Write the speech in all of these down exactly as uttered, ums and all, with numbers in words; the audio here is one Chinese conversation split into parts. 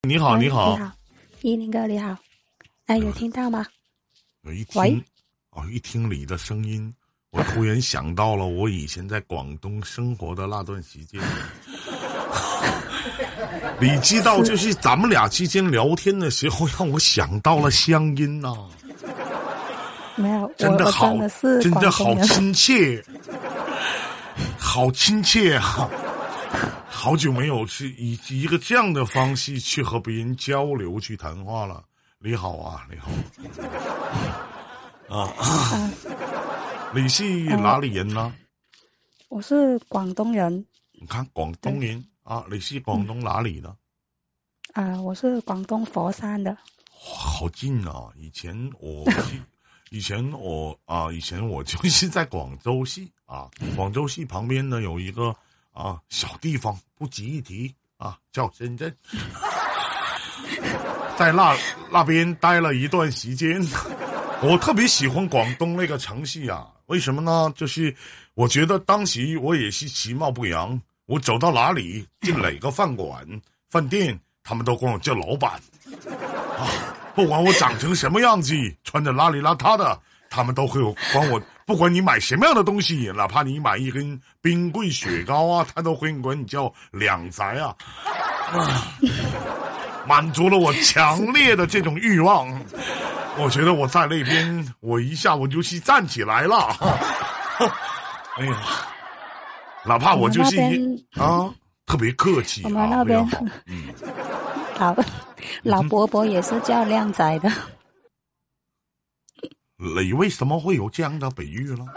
你好，你好， 你好，依林哥，你好。哎，有听到吗？ 我一听，哦，一听你的声音，我突然想到了我以前在广东生活的那段时间。你知道，就是咱们俩之间聊天的时候，让我想到了乡音呐、啊。 没有， 真的好， 我真的是真的好广东人亲切，好亲切啊！好久没有是以一个这样的方式去和别人交流、去谈话了。你好啊，你好。啊， 啊， 你是哪里人呢？ 我是广东人。 你看广东人啊，你是广东哪里的？ 啊，我是广东佛山的。 好近啊！以前我是，以前我啊，以前我就是在广州市啊，广州市旁边呢有一个啊小地方，不值一提啊，叫深圳，在那那边待了一段时间。我特别喜欢广东那个城市啊，为什么呢？就是我觉得当时我也是其貌不扬，我走到哪里进哪个饭馆、饭店，他们都管我叫老板啊。不管我长成什么样子，穿着邋里邋遢的，他们都会管我。不管你买什么样的东西，哪怕你买一根冰棍雪糕啊，他都会管你叫两宅啊。啊，满足了我强烈的这种欲望。我觉得我在那边，我一下我就是站起来了。哎呀，哪怕我就是一啊，特别客气啊。 我们那边， 嗯， 老老伯伯也是叫靓仔的。 你为什么会有这样的比喻呢？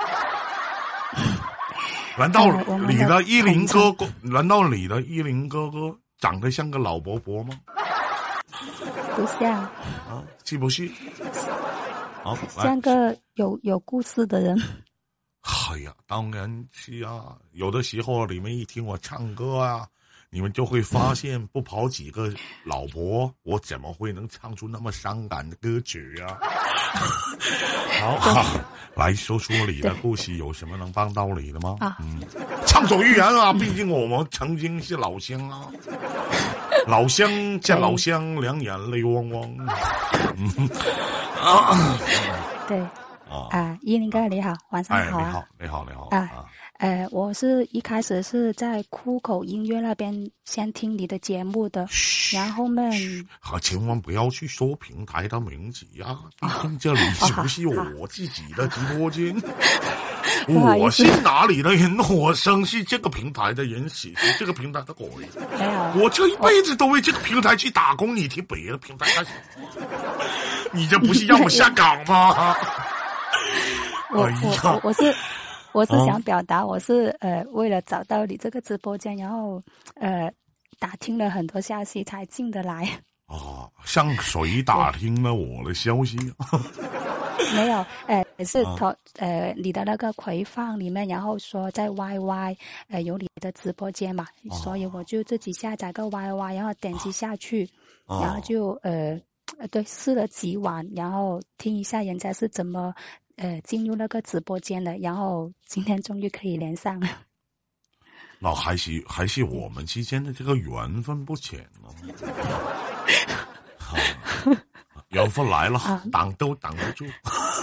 难道你的依林哥哥？难道你的依林哥哥长得像个老伯伯吗？ 不像啊，是不是？好， 像个有有故事的人。 哎呀，当然是啊！有的时候你们一听我唱歌啊，你们就会发现不跑几个老伯，我怎么会能唱出那么伤感的歌曲啊？好，好，来说说你的故事，有什么能帮到你的吗？ 啊， 嗯，畅所欲言啊！毕竟我们曾经是老乡啊，老乡见老乡，两眼泪汪汪。嗯啊， 对。啊，依林哥你好，晚上好啊！ 哎、你好，你好，你好啊！呃，我是一开始是在酷口音乐那边先听你的节目的，然后面好，千万不要去说平台的名字呀、啊，毕竟这里是不是我自己的直播间？我是哪里的人？我生是这个平台的人，死是这个平台的鬼。 没有， 我这一辈子都为这个平台去打工，你听别的平台干什么？你这不是让我下岗吗？ 我我我是我是想表达，我是呃为了找到你这个直播间，然后呃打听了很多消息才进得来。 哦，向谁打听了我的消息？ 没有，呃是投呃你的那个回放里面，然后说在 Y Y 呃有你的直播间嘛，哦、所以我就自己下载个 Y Y， 然后点击下去，哦、然后就呃对试了几晚，然后听一下人家是怎么。呃，进入那个直播间了，然后今天终于可以连上了。 那还是还是我们之间的这个缘分不浅呢。缘分来了，啊、挡都挡不住。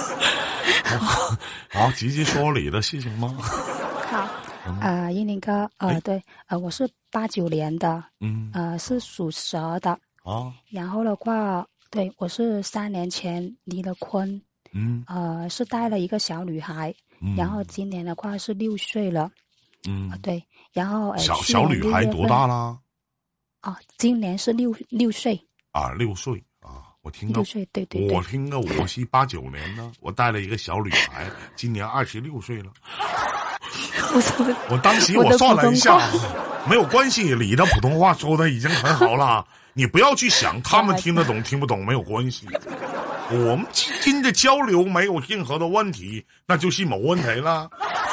好，直接说你的事情吗？ 好，啊、呃，依林哥，呃，对，呃，我是八九年的，嗯，呃，是属蛇的。哦。然后的话，对，我是三年前离了婚。嗯，呃，是带了一个小女孩，嗯、然后今年的话是六岁了，嗯、呃，对，然后呃， 小小女孩多大啦？ 哦，今年是六六岁啊，六岁啊，我听到六岁，对对对， 我听到我是八九年的，我带了一个小女孩，今年二十六岁了。 不是， 我当时我算了一下，没有关系，你的普通话说的已经很好了，你不要去想他们听得懂听不懂没有关系。我们之间的交流没有任何的问题，那就是没问题了。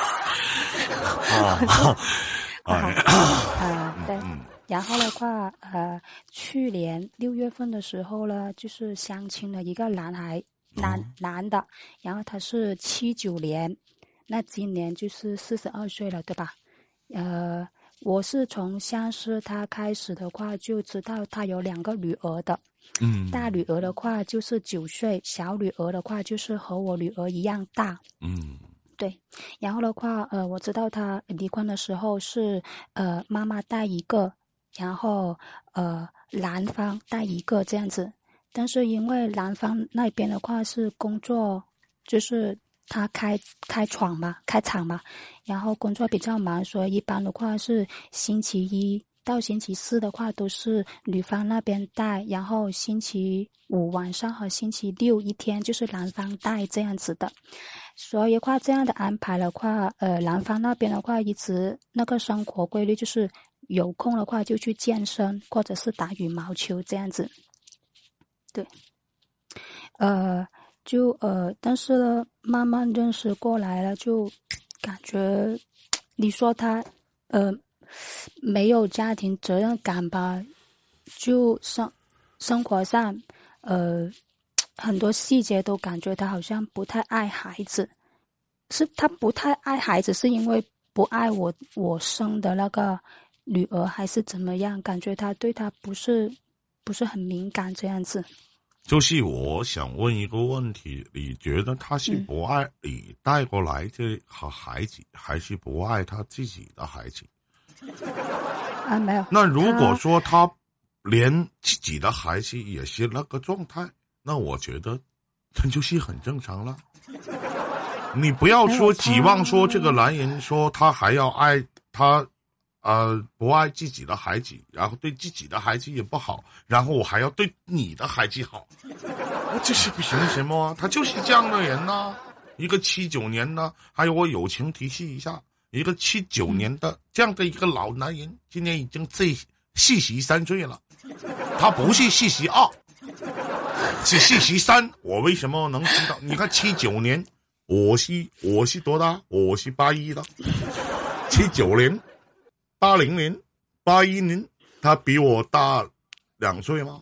啊，啊，对。然后的话，呃，去年六月份的时候呢，就是相亲了一个男孩，男男的，然后他是七九年，那今年就是四十二岁了，对吧？呃， 我是从相识他开始的话，就知道他有两个女儿的。 嗯， 大女儿的话就是九岁，小女儿的话就是和我女儿一样大。 嗯， 对，然后的话，呃，我知道他离婚的时候是，呃，妈妈带一个，然后呃，男方带一个这样子。但是因为男方那边的话是工作，就是他开开厂嘛，开厂嘛，然后工作比较忙，所以一般的话是星期一到星期四的话都是女方那边带，然后星期五晚上和星期六一天就是男方带这样子的。所以的话这样的安排的话，呃，男方那边的话一直那个生活规律就是有空的话就去健身或者是打羽毛球这样子。对，呃，就呃，但是呢，慢慢认识过来了，就感觉你说他呃没有家庭责任感吧，就生生活上呃很多细节都感觉他好像不太爱孩子，是他不太爱孩子，是因为不爱我我生的那个女儿，还是怎么样？感觉他对他不是不是很敏感这样子。 就是我想问一个问题，你觉得他是不爱你带过来这好孩子，嗯、还是不爱他自己的孩子？ 啊，没有。 那如果说他连自己的孩子也是那个状态，那我觉得这就是很正常了。你不要说指望说这个男人说他还要爱他。呃，不爱自己的孩子，然后对自己的孩子也不好，然后我还要对你的孩子好，这是不行什么啊？他就是这样的人呐、啊。一个七九年的，还有我友情提示一下，一个七九年的这样的一个老男人，今年已经这四十三岁了，他不是四十二，是四十三。我为什么能知道？你看七九年，我是我是多大？我是八一的，七九年。八零年、八一年，他比我大两岁吗？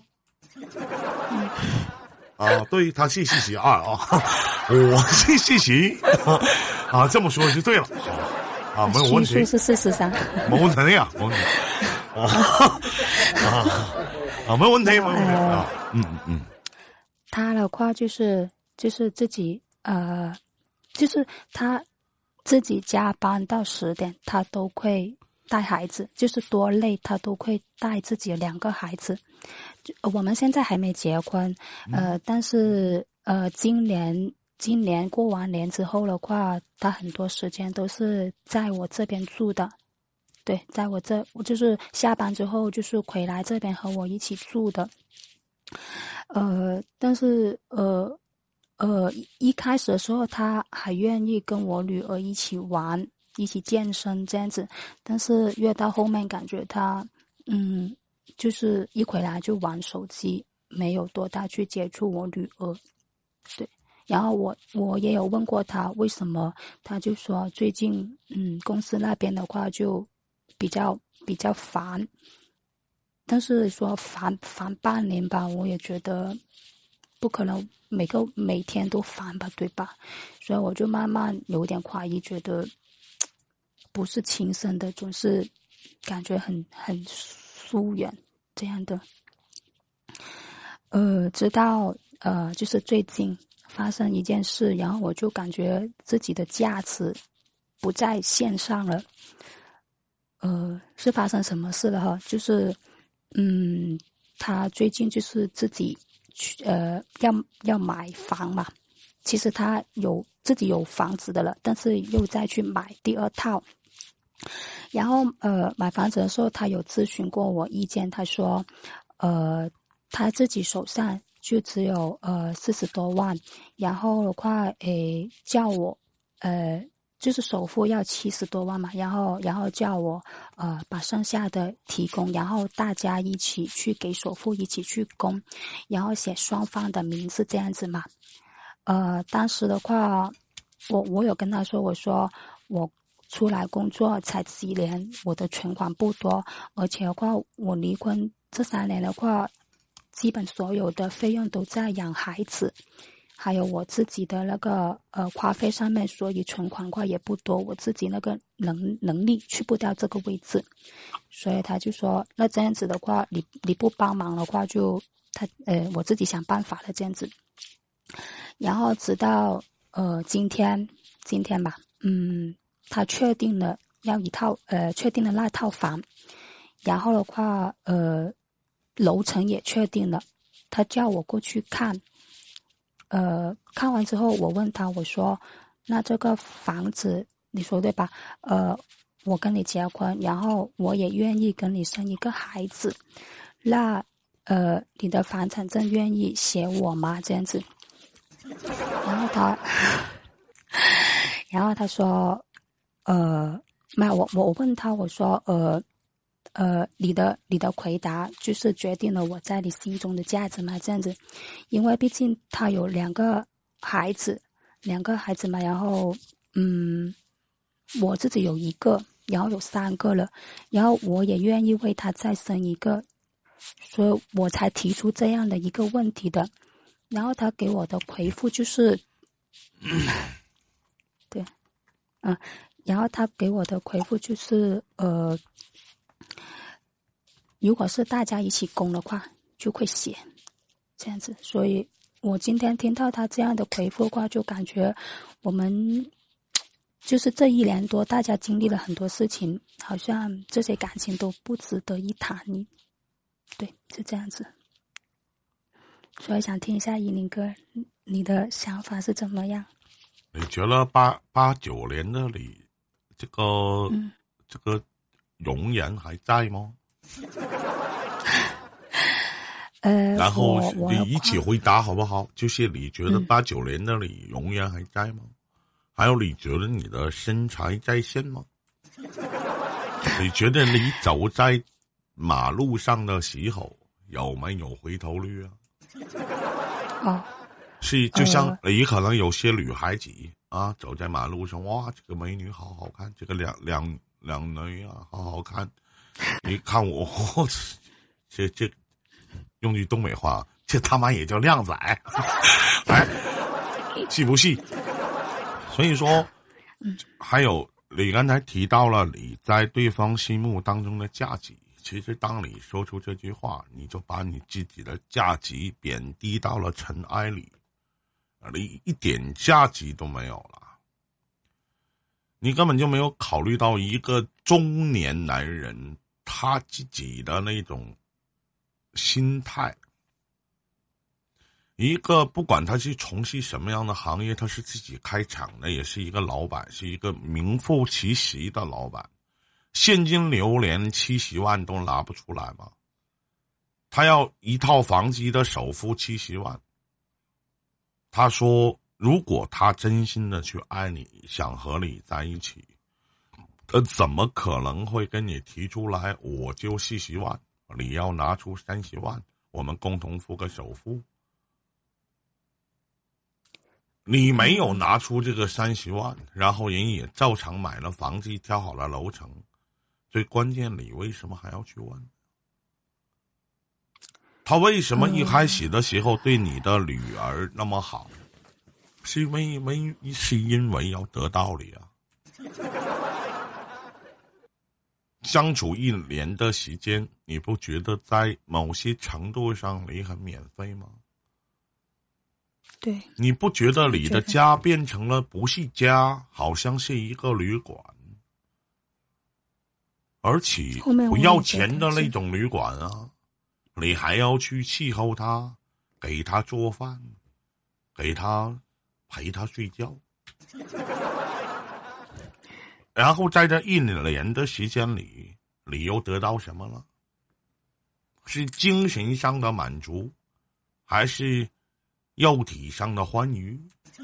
啊，对，他是四十二啊，我是四十啊，这么说就对了。好啊，没有问题。 虚数是四十三， 没问题啊，没问题啊啊啊，没有问题，没有问题啊，嗯嗯嗯。 他的话就是就是自己呃，就是他自己加班到十点，他都会。带孩子就是多累，他都会带自己两个孩子。我们现在还没结婚，呃，但是呃，今年今年过完年之后的话，他很多时间都是在我这边住的。对，在我这，我就是下班之后就是回来这边和我一起住的。呃，但是呃呃，一开始的时候他还愿意跟我女儿一起玩。一起健身这样子，但是越到后面感觉他，嗯，就是一回来就玩手机，没有多大去接触我女儿。对，然后我我也有问过他为什么，他就说最近，嗯，公司那边的话就比较比较烦，但是说烦烦半年吧，我也觉得不可能每个每天都烦吧，对吧？所以我就慢慢有点怀疑，觉得。不是亲生的，总是感觉很很疏远这样的。呃，直到呃，就是最近发生一件事，然后我就感觉自己的价值不在线上了。呃，是发生什么事了哈？就是，嗯，他最近就是自己去呃要要买房嘛。其实他有自己有房子的了，但是又再去买第二套。然后呃，买房子的时候，他有咨询过我意见。他说，呃，他自己手上就只有呃四十多万，然后的话，诶，叫我呃，就是首付要七十多万嘛，然后然后叫我呃把剩下的提供，然后大家一起去给首付一起去供，然后写双方的名字这样子嘛。呃，当时的话，我我有跟他说，我说我。出来工作才几年，我的存款不多，而且的话，我离婚这三年的话，基本所有的费用都在养孩子， 还有我自己的那个呃花费上面，所以存款话也不多，我自己那个能能力去不掉这个位置，所以他就说，那这样子的话，你你不帮忙的话就，他呃我自己想办法了这样子。然后直到呃今天今天吧，嗯，他确定了要一套呃确定了那套房，然后的话呃楼层也确定了，他叫我过去看。呃，看完之后，我问他，我说：“那这个房子，你说对吧？呃，我跟你结婚，然后我也愿意跟你生一个孩子，那呃，你的房产证愿意写我吗？这样子。”然后他，然后他说：“呃，那我我我问他，我说呃。”呃，你的你的回答就是决定了我在你心中的价值嘛，这样子，因为毕竟他有两个孩子，两个孩子嘛，然后嗯，我自己有一个，然后有三个了，然后我也愿意为他再生一个，所以我才提出这样的一个问题的。然后他给我的回复就是，对，嗯、呃，然后他给我的回复就是呃。如果是大家一起供的话，就会写这样子。所以我今天听到他这样的回复的话，就感觉我们就是这一年多，大家经历了很多事情，好像这些感情都不值得一谈。你对，是这样子。所以想听一下依林哥，你的想法是怎么样？ 你觉得八八九年的你，这个、嗯、这个容颜还在吗？ 呃， 然后你一起回答好不好？就是你觉得八九年的你容颜还在吗？嗯、还有你觉得你的身材在线吗？你觉得你走在马路上的时候有没有回头率啊？ 哦， 是就像你可能有些女孩子啊，走在马路上，哇，这个美女好好看，这个两两两女啊好好看。你看我，这这用句东北话，这他妈也叫靓仔，哎，是不是？所以说，还有你刚才提到了你在对方心目当中的价值，其实当你说出这句话，你就把你自己的价值贬低到了尘埃里，你一点价值都没有了。你根本就没有考虑到一个中年男人他自己的那种心态。一个不管他是从事什么样的行业，他是自己开厂的，也是一个老板，是一个名副其实的老板，现金流连七十万都拿不出来吗？他要一套房子的首付七十万。他说如果他真心的去爱你，想和你在一起，他怎么可能会跟你提出来我就四十万，你要拿出三十万，我们共同付个首付？你没有拿出这个三十万，然后人也照常买了房子，挑好了楼层，最关键你为什么还要去问？他为什么一开始的时候对你的女儿那么好？是因为没是因为要得到你啊。相处一年的时间，你不觉得在某些程度上你很免费吗？ 对， 你不觉得你的家变成了不是家，好像是一个旅馆，而且不要钱的那种旅馆啊？你还要去伺候他，给他做饭，给他陪他睡觉，然后在这一年的时间里，你又得到什么了？是精神上的满足，还是肉体上的欢愉，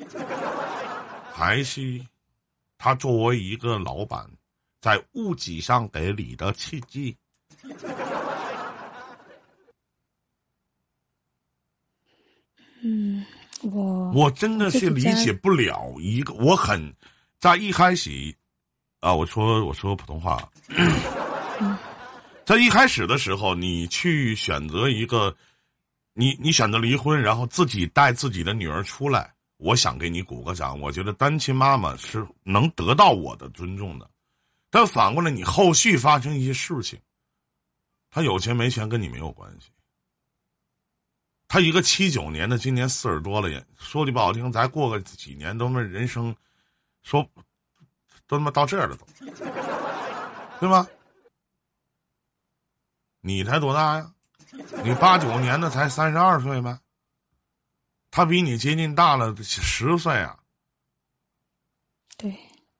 还是他作为一个老板在物质上给你的刺激？ 嗯，我我真的是理解不了一个，我很在一开始啊，我说我说普通话， 嗯、 在一开始的时候，你去选择一个你你选择离婚，然后自己带自己的女儿出来，我想给你鼓个掌。我觉得单亲妈妈是能得到我的尊重的。但反过来，你后续发生一些事情，他有钱没钱跟你没有关系。他一个七九年的，今年四十多了也，说句不好听，再过个几年都没人生，说都他妈到这儿了都，对吗？你才多大呀？你八九年的才三十二岁呗，他比你接近大了十岁啊。 对。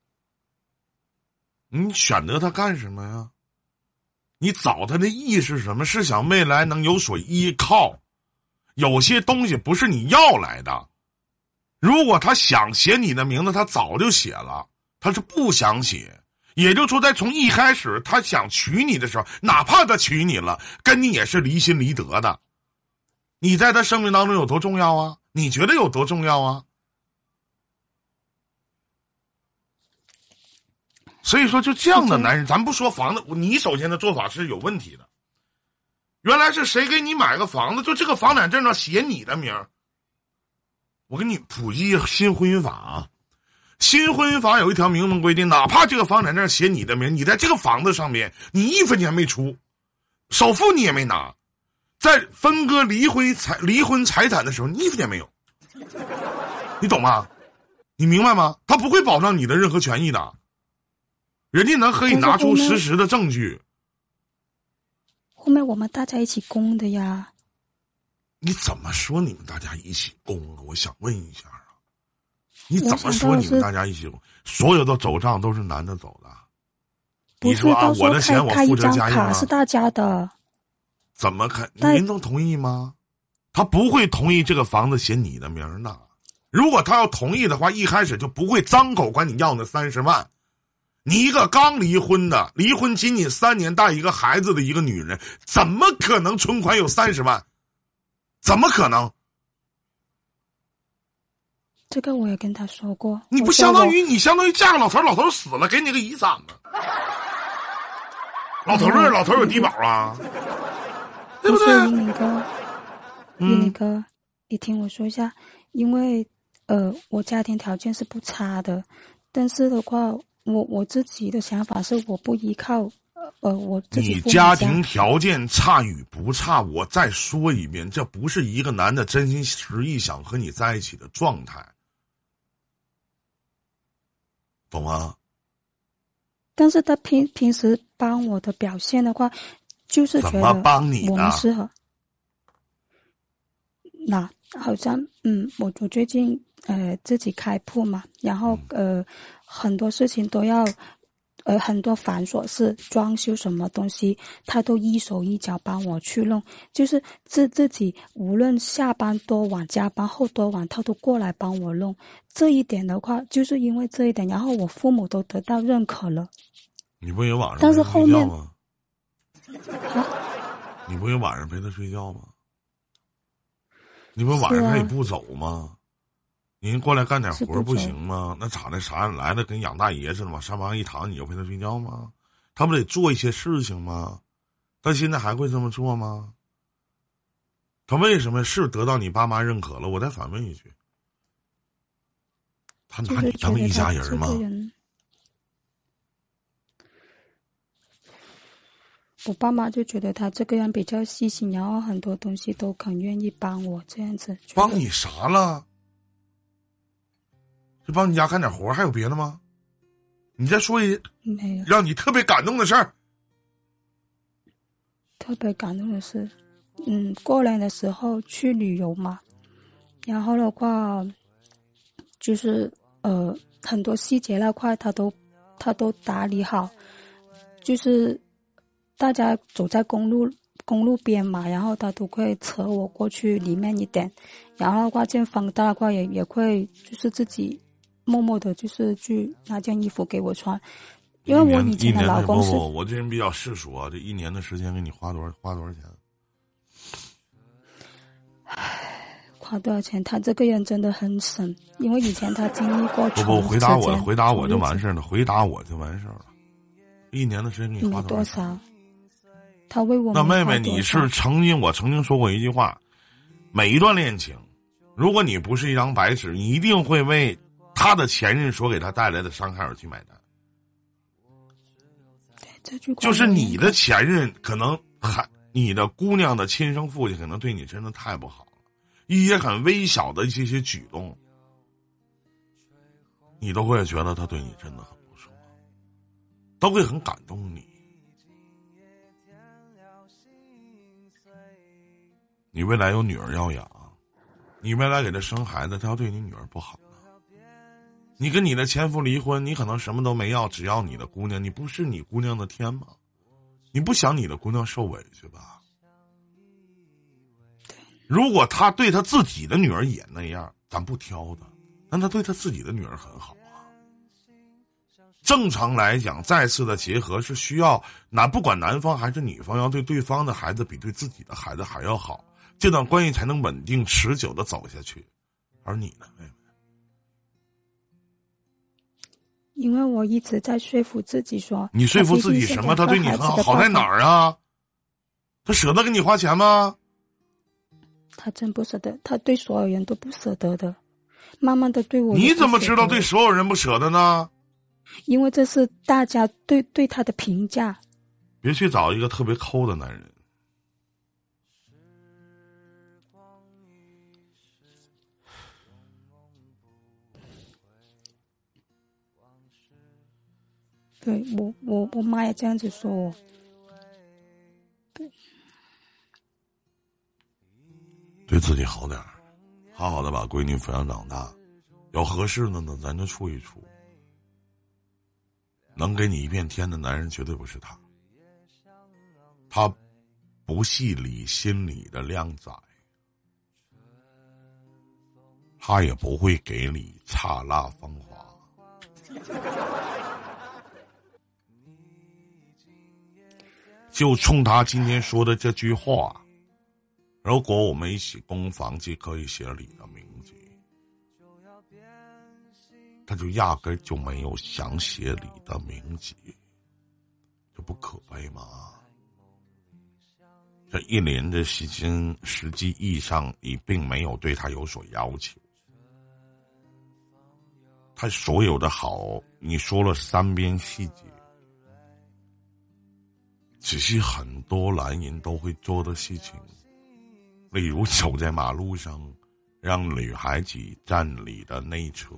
你选择他干什么呀？你找他的意义是什么？是想未来能有所依靠。有些东西不是你要来的。如果他想写你的名字，他早就写了，他是不想写。也就是说，在从一开始他想娶你的时候，哪怕他娶你了，跟你也是离心离德的。你在他生命当中有多重要啊？你觉得有多重要啊？所以说，就这样的男人，咱不说房子，你首先的做法是有问题的。原来是谁给你买个房子，就这个房产证上写你的名儿。我给你普及新婚姻法啊，新婚姻法有一条明文规定，哪怕这个房产证写你的名，你在这个房子上面你一分钱没出，首付你也没拿，在分割离婚财离婚财产的时候你一分钱没有，你懂吗？你明白吗？他不会保障你的任何权益的，人家能可以拿出实时的证据。 后面我们大家一起供的呀。 你怎么说你们大家一起供啊？我想问一下啊，你怎么说你们大家一起供？所有的走账都是男的走的。你说啊，我的钱我负责家用啊， 是大家的。 怎么开？您都同意吗？他不会同意这个房子写你的名的。如果他要同意的话，一开始就不会张口管你要那三十万。你一个刚离婚的，离婚仅仅三年带一个孩子的一个女人，怎么可能存款有三十万？怎么可能？ 这个我也跟他说过。 你不相当于你相当于嫁个老头，老头死了给你个遗产吗？老头儿老头有低保啊，对不对？ 云林哥，云林哥，你听我说一下，因为呃，我家庭条件是不差的，但是的话。我我自己的想法是，我不依靠，呃，我自己。 你家庭条件差与不差，我再说一遍，这不是一个男的真心实意想和你在一起的状态，懂吗？ 但是他平平时帮我的表现的话，就是觉得我们适合。那好像，嗯，我我最近呃自己开铺嘛，然后呃。很多事情都要，呃，很多繁琐事，装修什么东西，他都一手一脚帮我去弄。就是自自己无论下班多晚、加班后多晚，他都过来帮我弄。这一点的话，就是因为这一点，然后我父母都得到认可了。 你不也晚上但是后面吗？啊？你不也晚上陪他睡觉吗？你不晚上他也不走吗？您过来干点活不行吗？那咋的？啥来了跟养大爷似的吗？沙发上一躺你就陪他睡觉吗？他不得做一些事情吗？他现在还会这么做吗？他为什么是得到你爸妈认可了？我再反问一句，他拿你当一家人吗？ 我爸妈就觉得他这个人比较细心，然后很多东西都肯愿意帮我这样子。 帮你啥了？就帮你家干点活，还有别的吗？你再说一没有让你特别感动的事儿。 特别感动的是，嗯，过年的时候去旅游嘛，然后的话，就是呃很多细节那块他都他都打理好，就是大家走在公路公路边嘛，然后他都会扯我过去里面一点，然后的话见风大的话也也会就是自己。默默的，就是去拿件衣服给我穿，因为我以前的老公是， 不不我这人比较世俗啊，这一年的时间给你花多少花多少钱？ 花多少钱？他这个人真的很省，因为以前他经历过不不回答我，回答我就完事儿了，回答我就完事儿了。一年的时间给你花多少？他为我那妹妹，你是曾经我曾经说过一句话， 每一段恋情，如果你不是一张白纸，你一定会为他的前任所给他带来的伤害而去买单。 这句话就是你的前任可能还你的姑娘的亲生父亲可能对你真的太不好了，一些很微小的一些些举动，你都会觉得他对你真的很不错，都会很感动你。你未来有女儿要养，你未来给他生孩子，他要对你女儿不好呢？你跟你的前夫离婚，你可能什么都没要，只要你的姑娘，你不是你姑娘的天吗？你不想你的姑娘受委屈吧？如果他对他自己的女儿也那样，咱不挑的，但他对他自己的女儿很好啊。正常来讲，再次的结合是需要男不管男方还是女方要对对方的孩子比对自己的孩子还要好，这段关系才能稳定持久的走下去。而你呢，妹妹？ 因为我一直在说服自己说， 你说服自己什么？他对你很好，好在哪儿啊？他舍得给你花钱吗？ 他真不舍得，他对所有人都不舍得的，慢慢的对我。 你怎么知道对所有人不舍得呢？ 因为这是大家对对他的评价。 别去找一个特别抠的男人。 对，我我我妈也这样子说我。对， 对自己好点儿，好好的把闺女抚养长大，有合适的呢，咱就处一处。能给你一片天的男人绝对不是他，他不系你心里的靓仔，他也不会给你刹那芳华。就冲他今天说的这句话，如果我们一起供房就可以写你的名字，他就压根就没有想写你的名字，这不可悲吗？这一年的时间，实际意义上你并没有对他有所要求，他所有的好你说了三遍细节，只是很多男人都会做的事情，例如走在马路上让女孩子站你的内侧，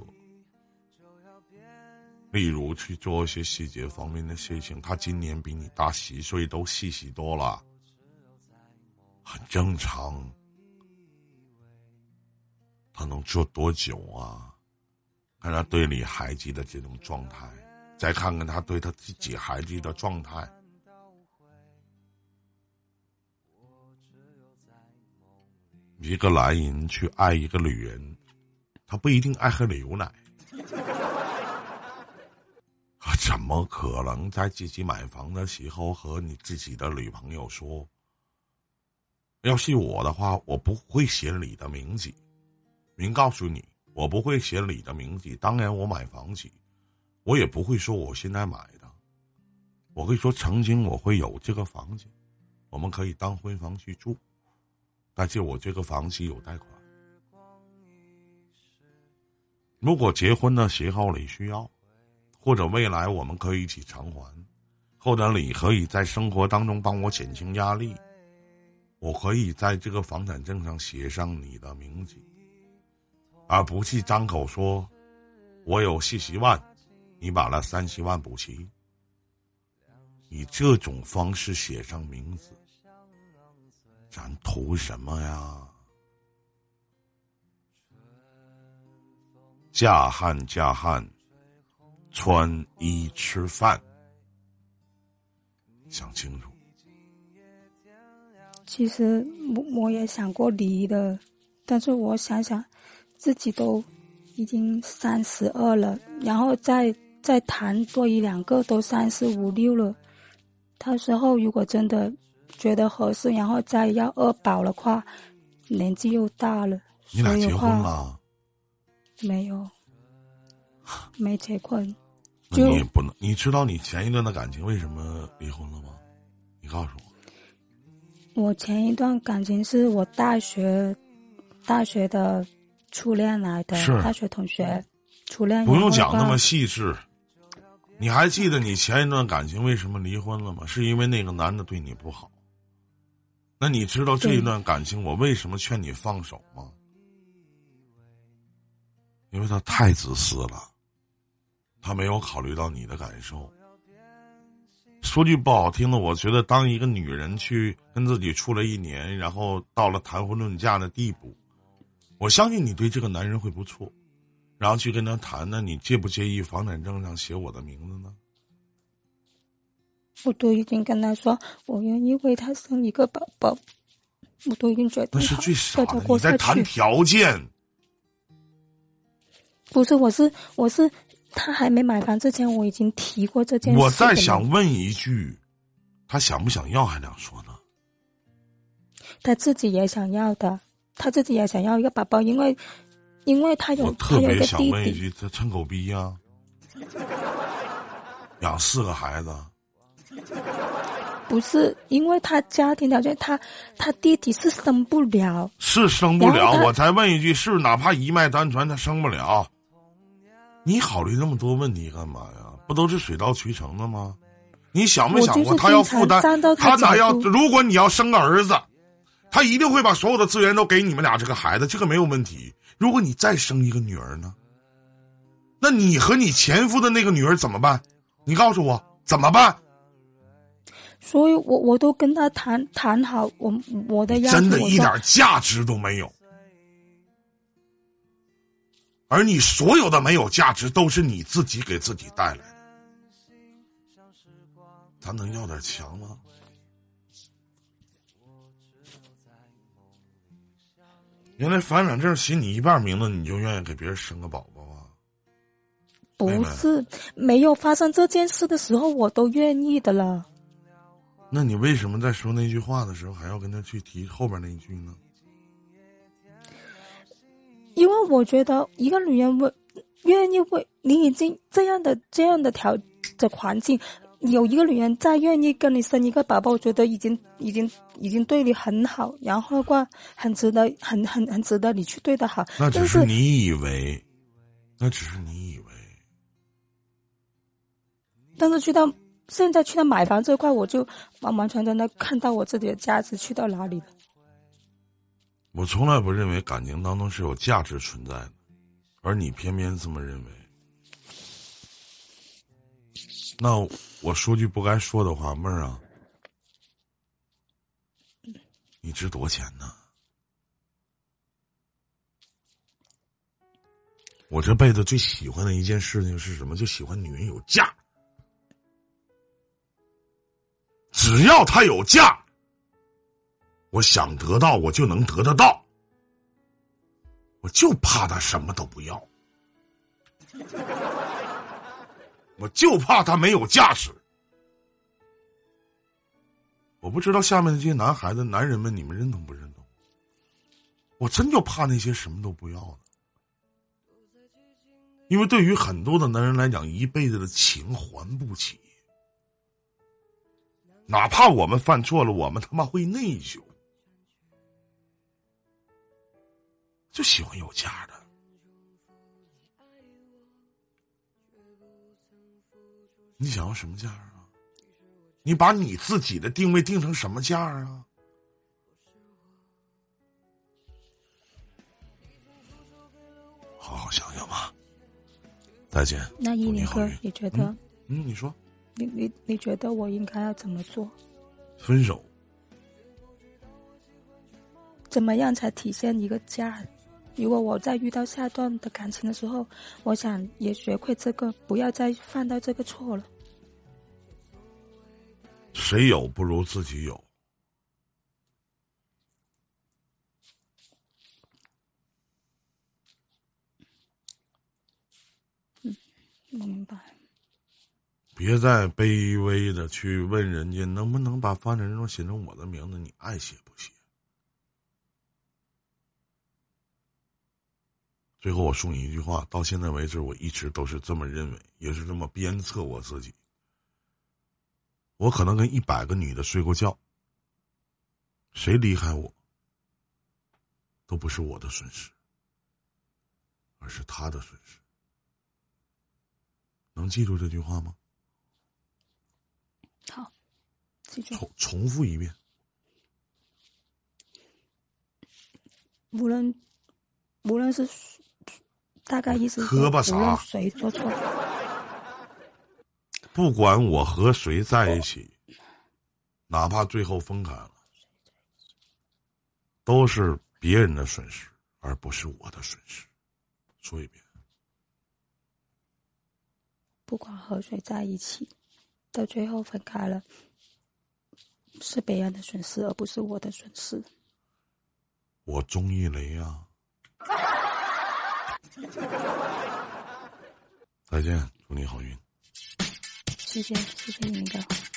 例如去做一些细节方面的事情。他今年比你大十岁，都四十多了，很正常。他能做多久啊？看他对你孩子的这种状态，再看看他对他自己孩子的状态。一个男人去爱一个女人，他不一定爱喝牛奶，怎么可能在自己买房的时候和你自己的女朋友说，要是我的话，我不会写你的名字，明告诉你，我不会写你的名字。当然我买房子，我也不会说我现在买的，我会说曾经我会有这个房子，我们可以当婚房去住，但是我这个房子有贷款，如果结婚的时候你需要，或者未来我们可以一起偿还，或者你可以在生活当中帮我减轻压力，我可以在这个房产证上写上你的名字，而不是张口说我有四十万，你把那三十万补齐。以这种方式写上名字，咱图什么呀？嫁汉嫁汉，穿衣吃饭，想清楚。 其实我我也想过离的，但是我想想，自己都已经三十二了，然后再再谈多一两个都三十五六了，到时候如果真的觉得合适，然后再要二宝的话，年纪又大了。 你俩结婚了？ 没有，没结婚。 那你也不能，你知道你前一段的感情为什么离婚了吗？你告诉我。 我前一段感情是我大学大学的初恋来的， 是大学同学初恋。 不用讲那么细致。你还记得你前一段感情为什么离婚了吗？是因为那个男的对你不好。那你知道这一段感情我为什么劝你放手吗？因为他太自私了，他没有考虑到你的感受。说句不好听的，我觉得当一个女人去跟自己处了一年，然后到了谈婚论嫁的地步，我相信你对这个男人会不错，然后去跟他谈，那你介不介意房产证上写我的名字呢？ 我都已经跟他说我愿意为他生一个宝宝，我都已经决定好， 那是最傻的， 你在谈条件。 不是，我是我是他还没买房之前我已经提过这件事。 我再想问一句，他想不想要还两说呢？ 他自己也想要的，他自己也想要一个宝宝，因为因为他有我特别想弟弟问一句，他趁狗逼呀、啊，养四个孩子。 不是，因为他家庭条件，他他弟弟是生不了， 是生不了。我再问一句，是哪怕一脉单传，他生不了？你考虑那么多问题干嘛呀？不都是水到渠成的吗？你想没想过他要负担？他哪要？如果你要生个儿子，他一定会把所有的资源都给你们俩这个孩子，这个没有问题。如果你再生一个女儿呢？那你和你前夫的那个女儿怎么办？你告诉我怎么办？ 所以我我都跟他谈谈好，我我的要求， 真的一点价值都没有。而你所有的没有价值都是你自己给自己带来的，咱能要点强吗？原来房产证写你一半名字，你就愿意给别人生个宝宝啊？ 不是，没有发生这件事的时候我都愿意的了。 那你为什么在说那句话的时候还要跟他去提后边那一句呢？ 因为我觉得一个女人为愿意为你已经这样的这样的条的环境，有一个女人再愿意跟你生一个宝宝，我觉得已经已经已经对你很好，然后的话很值得很很很值得你去对她好。 那只是你以为，那只是你以为。 但是去到现在去到买房这块，我就完完全全的看到我自己的价值去到哪里了。 我从来不认为感情当中是有价值存在的，而你偏偏这么认为。那我说句不该说的话，妹儿啊，你值多钱呢？我这辈子最喜欢的一件事情是什么？就喜欢女人有价。只要她有价，我想得到我就能得得到，我就怕她什么都不要，我就怕她没有价值。我不知道下面的这些男孩子男人们你们认同不认同？我真就怕那些什么都不要的。因为对于很多的男人来讲，一辈子的情还不起，哪怕我们犯错了，我们他妈会内疚，就喜欢有价的。你想要什么价啊？你把你自己的定位定成什么价啊？好好想想吧。再见。 那依林哥，你觉得？ 嗯，嗯你说。 你你你觉得我应该要怎么做？ 分手。 怎么样才体现一个家？如果我在遇到下段的感情的时候，我想也学会这个，不要再犯到这个错了。 谁有不如自己有。 嗯，我明白。 别再卑微的去问人家能不能把房产证写成我的名字，你爱写不写。最后我说你一句话，到现在为止我一直都是这么认为，也是这么鞭策我自己。我可能跟一百个女的睡过觉，谁离开我， 都不是我的损失，而是他的损失。能记住这句话吗？ 好，记住。 重重复一遍。 无论无论是大概意思是喝吧啥无论谁做错， 不管我和谁在一起，哪怕最后分开了，都是别人的损失，而不是我的损失。说一遍。 不管和谁在一起，到最后分开了，是别人的损失，而不是我的损失。 我钟意雷啊！再见，祝你好运。 谢谢，谢谢你们的。